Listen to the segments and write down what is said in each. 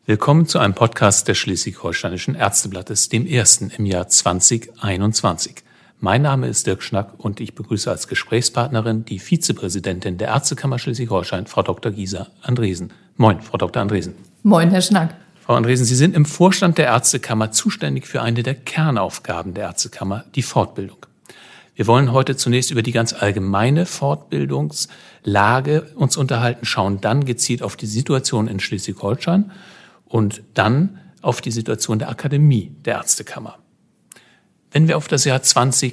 Willkommen zu einem Podcast des Schleswig-Holsteinischen Ärzteblattes, dem ersten im Jahr 2021. Mein Name ist Dirk Schnack und ich begrüße als Gesprächspartnerin die Vizepräsidentin der Ärztekammer Schleswig-Holstein, Frau Dr. Gisa Andresen. Moin, Frau Dr. Andresen. Moin, Herr Schnack. Frau Andresen, Sie sind im Vorstand der Ärztekammer zuständig für eine der Kernaufgaben der Ärztekammer, die Fortbildung. Wir wollen heute zunächst über die ganz allgemeine Fortbildungslage uns unterhalten, schauen dann gezielt auf die Situation in Schleswig-Holstein und dann auf die Situation der Akademie der Ärztekammer. Wenn wir auf das Jahr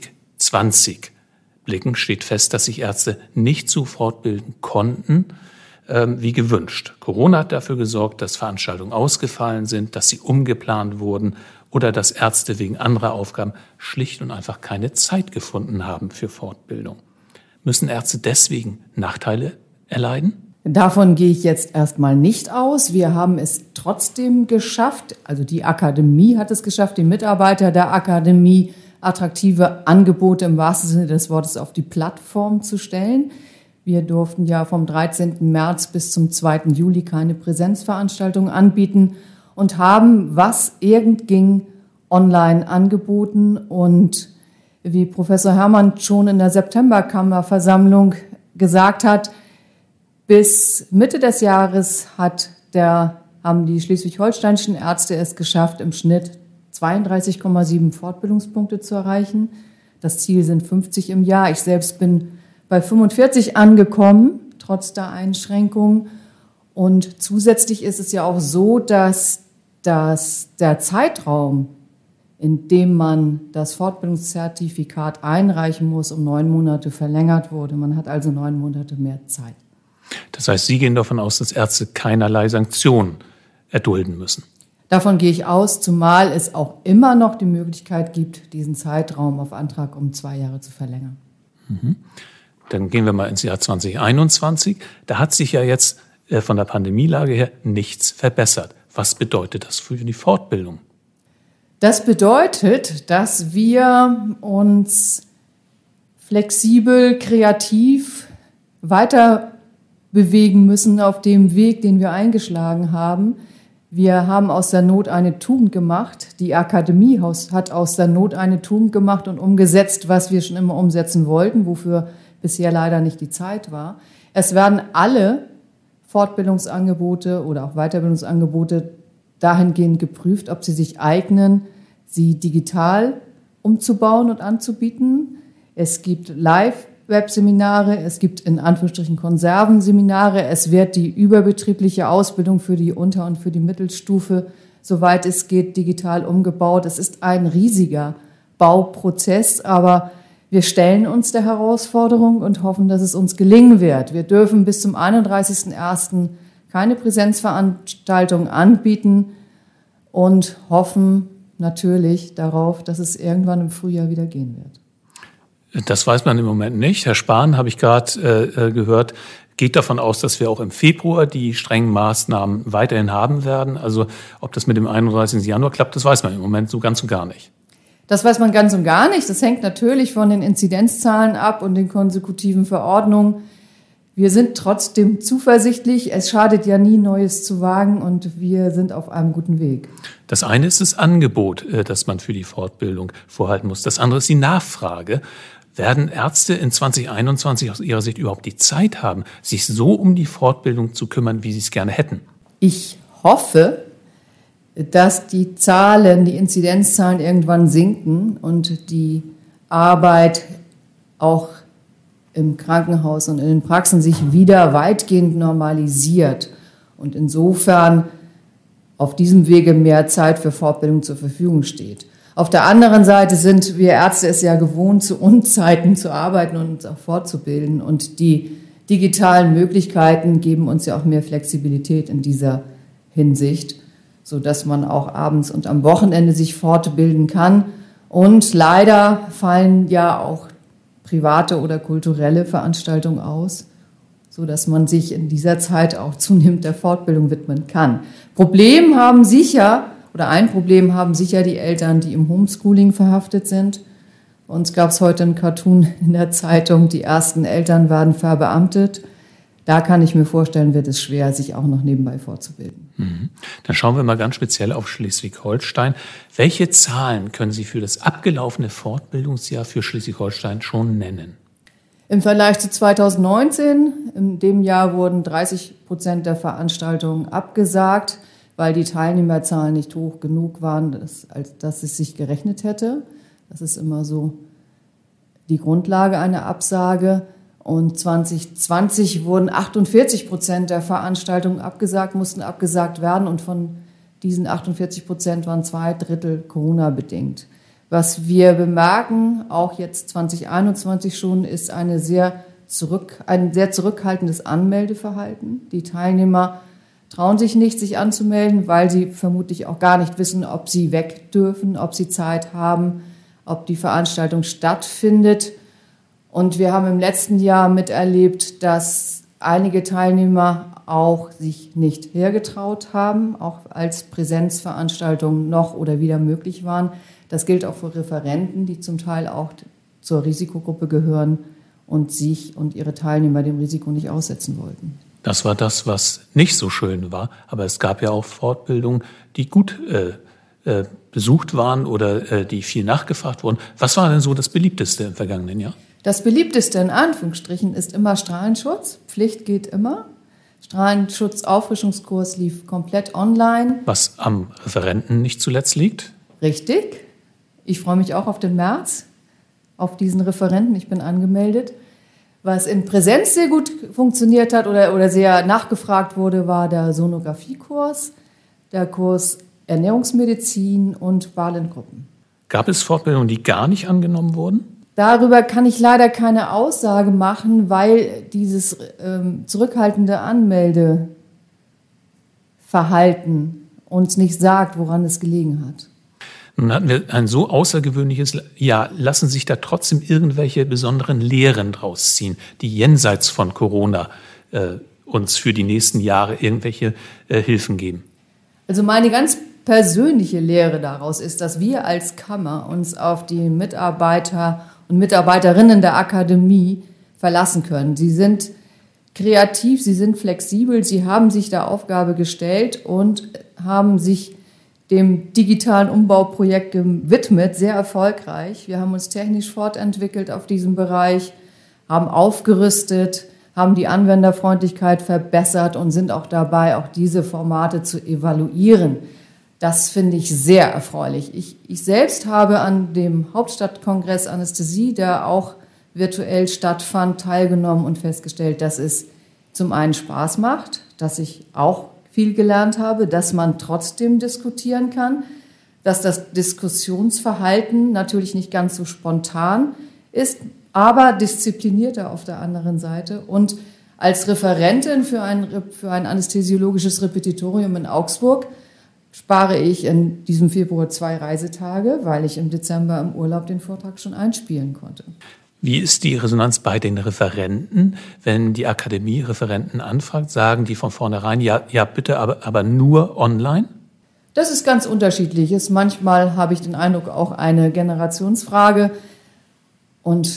2020 blicken, steht fest, dass sich Ärzte nicht so fortbilden konnten, wie gewünscht. Corona hat dafür gesorgt, dass Veranstaltungen ausgefallen sind, dass sie umgeplant wurden oder dass Ärzte wegen anderer Aufgaben schlicht und einfach keine Zeit gefunden haben für Fortbildung. Müssen Ärzte deswegen Nachteile erleiden? Davon gehe ich jetzt erstmal nicht aus. Wir haben es trotzdem geschafft, also die Akademie hat es geschafft, die Mitarbeiter der Akademie attraktive Angebote im wahrsten Sinne des Wortes auf die Plattform zu stellen. Wir durften ja vom 13. März bis zum 2. Juli keine Präsenzveranstaltungen anbieten und haben, was irgend ging, online angeboten. Und wie Professor Herrmann schon in der Septemberkammerversammlung gesagt hat, bis Mitte des Jahres haben die schleswig-holsteinischen Ärzte es geschafft, im Schnitt 32,7 Fortbildungspunkte zu erreichen. Das Ziel sind 50 im Jahr. Ich selbst bin bei 45 angekommen, trotz der Einschränkungen. Und zusätzlich ist es ja auch so, dass der Zeitraum, in dem man das Fortbildungszertifikat einreichen muss, um 9 Monate verlängert wurde. Man hat also 9 Monate mehr Zeit. Das heißt, Sie gehen davon aus, dass Ärzte keinerlei Sanktionen erdulden müssen? Davon gehe ich aus, zumal es auch immer noch die Möglichkeit gibt, diesen Zeitraum auf Antrag um 2 Jahre zu verlängern. Dann gehen wir mal ins Jahr 2021. Da hat sich ja jetzt von der Pandemielage her nichts verbessert. Was bedeutet das für die Fortbildung? Das bedeutet, dass wir uns flexibel, kreativ weiter bewegen müssen auf dem Weg, den wir eingeschlagen haben. Wir haben aus der Not eine Tugend gemacht. Die Akademie hat aus der Not eine Tugend gemacht und umgesetzt, was wir schon immer umsetzen wollten, wofür bisher leider nicht die Zeit war. Es werden alle Fortbildungsangebote oder auch Weiterbildungsangebote dahingehend geprüft, ob sie sich eignen, sie digital umzubauen und anzubieten. Es gibt Live-Webseminare, es gibt in Anführungsstrichen Konservenseminare, es wird die überbetriebliche Ausbildung für die Unter- und für die Mittelstufe, soweit es geht, digital umgebaut. Es ist ein riesiger Bauprozess, aber wir stellen uns der Herausforderung und hoffen, dass es uns gelingen wird. Wir dürfen bis zum 31.01. keine Präsenzveranstaltungen anbieten und hoffen natürlich darauf, dass es irgendwann im Frühjahr wieder gehen wird. Das weiß man im Moment nicht. Herr Spahn, habe ich gerade gehört, geht davon aus, dass wir auch im Februar die strengen Maßnahmen weiterhin haben werden. Also ob das mit dem 31. Januar klappt, das weiß man im Moment so ganz und gar nicht. Das weiß man ganz und gar nicht. Das hängt natürlich von den Inzidenzzahlen ab und den konsekutiven Verordnungen. Wir sind trotzdem zuversichtlich. Es schadet ja nie, Neues zu wagen und wir sind auf einem guten Weg. Das eine ist das Angebot, das man für die Fortbildung vorhalten muss. Das andere ist die Nachfrage. Werden Ärzte in 2021 aus Ihrer Sicht überhaupt die Zeit haben, sich so um die Fortbildung zu kümmern, wie sie es gerne hätten? Ich hoffe, dass die Inzidenzzahlen irgendwann sinken und die Arbeit auch im Krankenhaus und in den Praxen sich wieder weitgehend normalisiert und insofern auf diesem Wege mehr Zeit für Fortbildung zur Verfügung steht. Auf der anderen Seite sind wir Ärzte es ja gewohnt, zu Unzeiten zu arbeiten und uns auch fortzubilden. Und die digitalen Möglichkeiten geben uns ja auch mehr Flexibilität in dieser Hinsicht, sodass man auch abends und am Wochenende sich fortbilden kann. Und leider fallen ja auch private oder kulturelle Veranstaltungen aus, sodass man sich in dieser Zeit auch zunehmend der Fortbildung widmen kann. Ein Problem haben sicher die Eltern, die im Homeschooling verhaftet sind. Bei uns gab es heute einen Cartoon in der Zeitung, die ersten Eltern werden verbeamtet. Da kann ich mir vorstellen, wird es schwer, sich auch noch nebenbei fortzubilden. Dann schauen wir mal ganz speziell auf Schleswig-Holstein. Welche Zahlen können Sie für das abgelaufene Fortbildungsjahr für Schleswig-Holstein schon nennen? Im Vergleich zu 2019, in dem Jahr wurden 30% der Veranstaltungen abgesagt, weil die Teilnehmerzahlen nicht hoch genug waren, als dass es sich gerechnet hätte. Das ist immer so die Grundlage einer Absage. Und 2020 wurden 48% der Veranstaltungen abgesagt, mussten abgesagt werden. Und von diesen 48% waren 2/3 Corona-bedingt. Was wir bemerken, auch jetzt 2021 schon, ist ein sehr zurückhaltendes Anmeldeverhalten. Die Teilnehmer trauen sich nicht, sich anzumelden, weil sie vermutlich auch gar nicht wissen, ob sie weg dürfen, ob sie Zeit haben, ob die Veranstaltung stattfindet. Und wir haben im letzten Jahr miterlebt, dass einige Teilnehmer auch sich nicht hergetraut haben, auch als Präsenzveranstaltungen noch oder wieder möglich waren. Das gilt auch für Referenten, die zum Teil auch zur Risikogruppe gehören und sich und ihre Teilnehmer dem Risiko nicht aussetzen wollten. Das war das, was nicht so schön war. Aber es gab ja auch Fortbildungen, die gut besucht waren oder die viel nachgefragt wurden. Was war denn so das Beliebteste im vergangenen Jahr? Das Beliebteste in Anführungsstrichen ist immer Strahlenschutz. Pflicht geht immer. Strahlenschutz-Auffrischungskurs lief komplett online. Was am Referenten nicht zuletzt liegt? Richtig. Ich freue mich auch auf den März, auf diesen Referenten. Ich bin angemeldet. Was in Präsenz sehr gut funktioniert hat oder sehr nachgefragt wurde, war der Sonografiekurs, der Kurs Ernährungsmedizin und Wahlengruppen. Gab es Fortbildungen, die gar nicht angenommen wurden? Darüber kann ich leider keine Aussage machen, weil dieses zurückhaltende Anmeldeverhalten uns nicht sagt, woran es gelegen hat. Nun hatten wir ein so außergewöhnliches Jahr. Lassen sich da trotzdem irgendwelche besonderen Lehren draus ziehen, die jenseits von Corona uns für die nächsten Jahre irgendwelche Hilfen geben? Also meine ganz persönliche Lehre daraus ist, dass wir als Kammer uns auf die Mitarbeiter und Mitarbeiterinnen der Akademie verlassen können. Sie sind kreativ, sie sind flexibel, sie haben sich der Aufgabe gestellt und haben sich dem digitalen Umbauprojekt gewidmet, sehr erfolgreich. Wir haben uns technisch fortentwickelt auf diesem Bereich, haben aufgerüstet, haben die Anwenderfreundlichkeit verbessert und sind auch dabei, auch diese Formate zu evaluieren. Das finde ich sehr erfreulich. Ich selbst habe an dem Hauptstadtkongress Anästhesie, der auch virtuell stattfand, teilgenommen und festgestellt, dass es zum einen Spaß macht, dass ich auch viel gelernt habe, dass man trotzdem diskutieren kann, dass das Diskussionsverhalten natürlich nicht ganz so spontan ist, aber disziplinierter auf der anderen Seite. Und als Referentin für ein anästhesiologisches Repetitorium in Augsburg spare ich in diesem Februar 2 Reisetage, weil ich im Dezember im Urlaub den Vortrag schon einspielen konnte. Wie ist die Resonanz bei den Referenten? Wenn die Akademie Referenten anfragt, sagen die von vornherein, ja bitte, aber nur online? Das ist ganz unterschiedlich. Manchmal habe ich den Eindruck, auch eine Generationsfrage. Und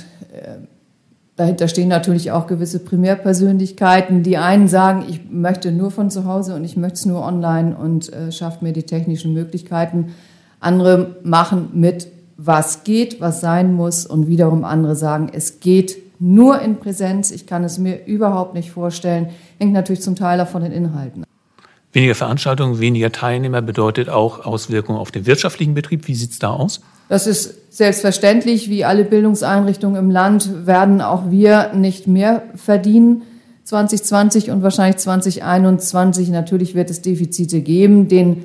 dahinter stehen natürlich auch gewisse Primärpersönlichkeiten. Die einen sagen, ich möchte nur von zu Hause und ich möchte es nur online und schafft mir die technischen Möglichkeiten. Andere machen mit, was geht, was sein muss, und wiederum andere sagen, es geht nur in Präsenz. Ich kann es mir überhaupt nicht vorstellen. Hängt natürlich zum Teil auch von den Inhalten. Weniger Veranstaltungen, weniger Teilnehmer bedeutet auch Auswirkungen auf den wirtschaftlichen Betrieb. Wie sieht es da aus? Das ist selbstverständlich. Wie alle Bildungseinrichtungen im Land werden auch wir nicht mehr verdienen 2020 und wahrscheinlich 2021. Natürlich wird es Defizite geben. Den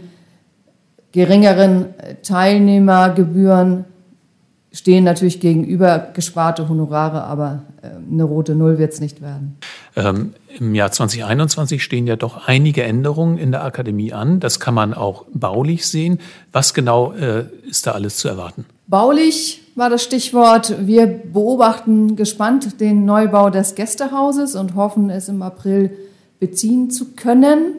geringeren Teilnehmergebühren stehen natürlich gegenüber gesparte Honorare, aber eine rote Null wird es nicht werden. Im Jahr 2021 stehen ja doch einige Änderungen in der Akademie an. Das kann man auch baulich sehen. Was genau ist da alles zu erwarten? Baulich war das Stichwort. Wir beobachten gespannt den Neubau des Gästehauses und hoffen, es im April beziehen zu können.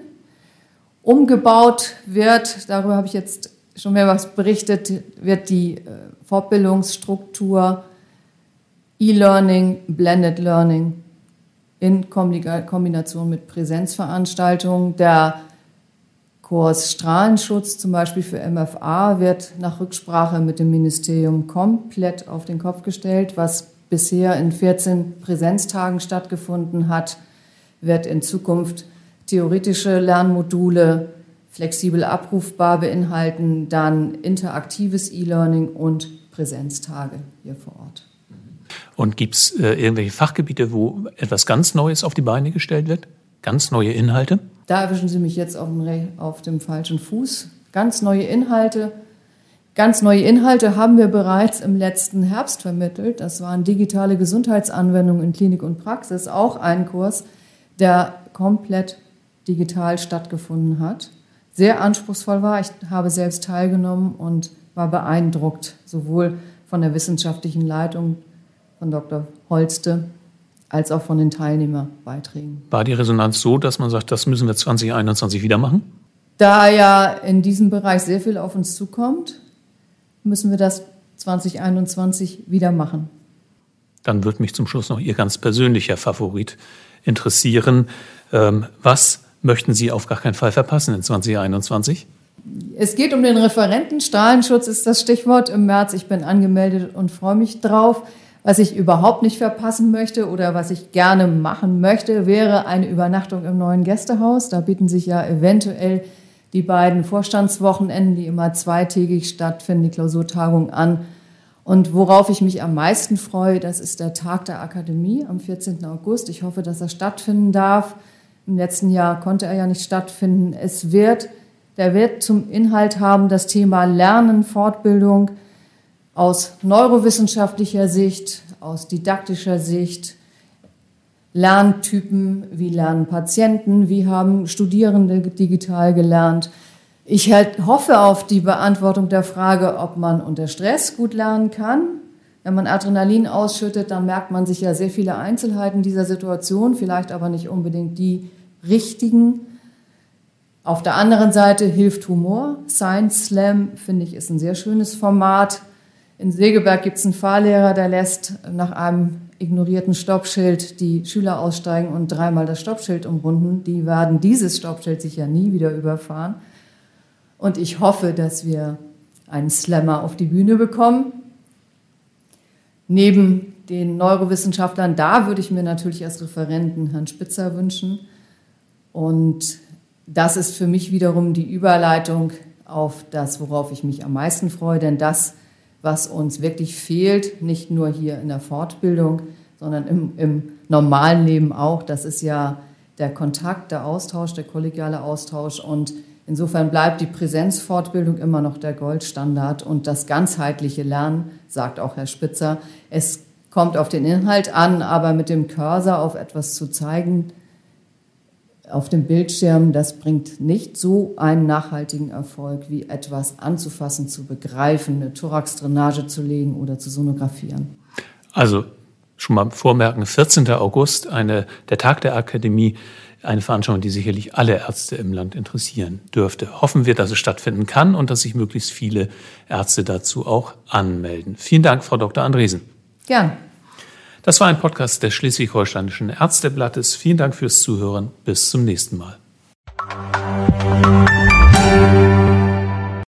Umgebaut wird, darüber habe ich jetzt schon mehrmals berichtet, wird die Fortbildungsstruktur E-Learning, Blended Learning in Kombination mit Präsenzveranstaltungen. Der Kurs Strahlenschutz zum Beispiel für MFA wird nach Rücksprache mit dem Ministerium komplett auf den Kopf gestellt. Was bisher in 14 Präsenztagen stattgefunden hat, wird in Zukunft theoretische Lernmodule flexibel abrufbar beinhalten, dann interaktives E-Learning und Präsenztage hier vor Ort. Und gibt es irgendwelche Fachgebiete, wo etwas ganz Neues auf die Beine gestellt wird? Ganz neue Inhalte? Da erwischen Sie mich jetzt auf dem falschen Fuß. Ganz neue Inhalte haben wir bereits im letzten Herbst vermittelt. Das waren digitale Gesundheitsanwendungen in Klinik und Praxis, auch ein Kurs, der komplett digital stattgefunden hat. Sehr anspruchsvoll war. Ich habe selbst teilgenommen und war beeindruckt, sowohl von der wissenschaftlichen Leitung von Dr. Holste als auch von den Teilnehmerbeiträgen. War die Resonanz so, dass man sagt, das müssen wir 2021 wieder machen? Da ja in diesem Bereich sehr viel auf uns zukommt, müssen wir das 2021 wieder machen. Dann wird mich zum Schluss noch Ihr ganz persönlicher Favorit interessieren. Was möchten Sie auf gar keinen Fall verpassen in 2021? Es geht um den Referenten. Strahlenschutz ist das Stichwort im März. Ich bin angemeldet und freue mich drauf. Was ich überhaupt nicht verpassen möchte oder was ich gerne machen möchte, wäre eine Übernachtung im neuen Gästehaus. Da bieten sich ja eventuell die beiden Vorstandswochenenden, die immer zweitägig stattfinden, die Klausurtagung an. Und worauf ich mich am meisten freue, das ist der Tag der Akademie am 14. August. Ich hoffe, dass er stattfinden darf. Im letzten Jahr konnte er ja nicht stattfinden. Der wird zum Inhalt haben das Thema Lernen, Fortbildung aus neurowissenschaftlicher Sicht, aus didaktischer Sicht, Lerntypen, wie lernen Patienten, wie haben Studierende digital gelernt. Ich hoffe auf die Beantwortung der Frage, ob man unter Stress gut lernen kann. Wenn man Adrenalin ausschüttet, dann merkt man sich ja sehr viele Einzelheiten dieser Situation, vielleicht aber nicht unbedingt die richtigen. Auf der anderen Seite hilft Humor. Science Slam, finde ich, ist ein sehr schönes Format. In Segeberg gibt es einen Fahrlehrer, der lässt nach einem ignorierten Stoppschild die Schüler aussteigen und dreimal das Stoppschild umrunden. Die werden dieses Stoppschild sicher nie wieder überfahren. Und ich hoffe, dass wir einen Slammer auf die Bühne bekommen. Neben den Neurowissenschaftlern, da würde ich mir natürlich als Referenten Herrn Spitzer wünschen. Und das ist für mich wiederum die Überleitung auf das, worauf ich mich am meisten freue. Denn das, was uns wirklich fehlt, nicht nur hier in der Fortbildung, sondern im normalen Leben auch, das ist ja der Kontakt, der Austausch, der kollegiale Austausch. Und insofern bleibt die Präsenzfortbildung immer noch der Goldstandard. Und das ganzheitliche Lernen, sagt auch Herr Spitzer, es kommt auf den Inhalt an, aber mit dem Cursor auf etwas zu zeigen, auf dem Bildschirm, das bringt nicht so einen nachhaltigen Erfolg, wie etwas anzufassen, zu begreifen, eine Thoraxdrainage zu legen oder zu sonografieren. Also schon mal vormerken, 14. August, der Tag der Akademie, eine Veranstaltung, die sicherlich alle Ärzte im Land interessieren dürfte. Hoffen wir, dass es stattfinden kann und dass sich möglichst viele Ärzte dazu auch anmelden. Vielen Dank, Frau Dr. Andresen. Gern. Das war ein Podcast des Schleswig-Holsteinischen Ärzteblattes. Vielen Dank fürs Zuhören. Bis zum nächsten Mal.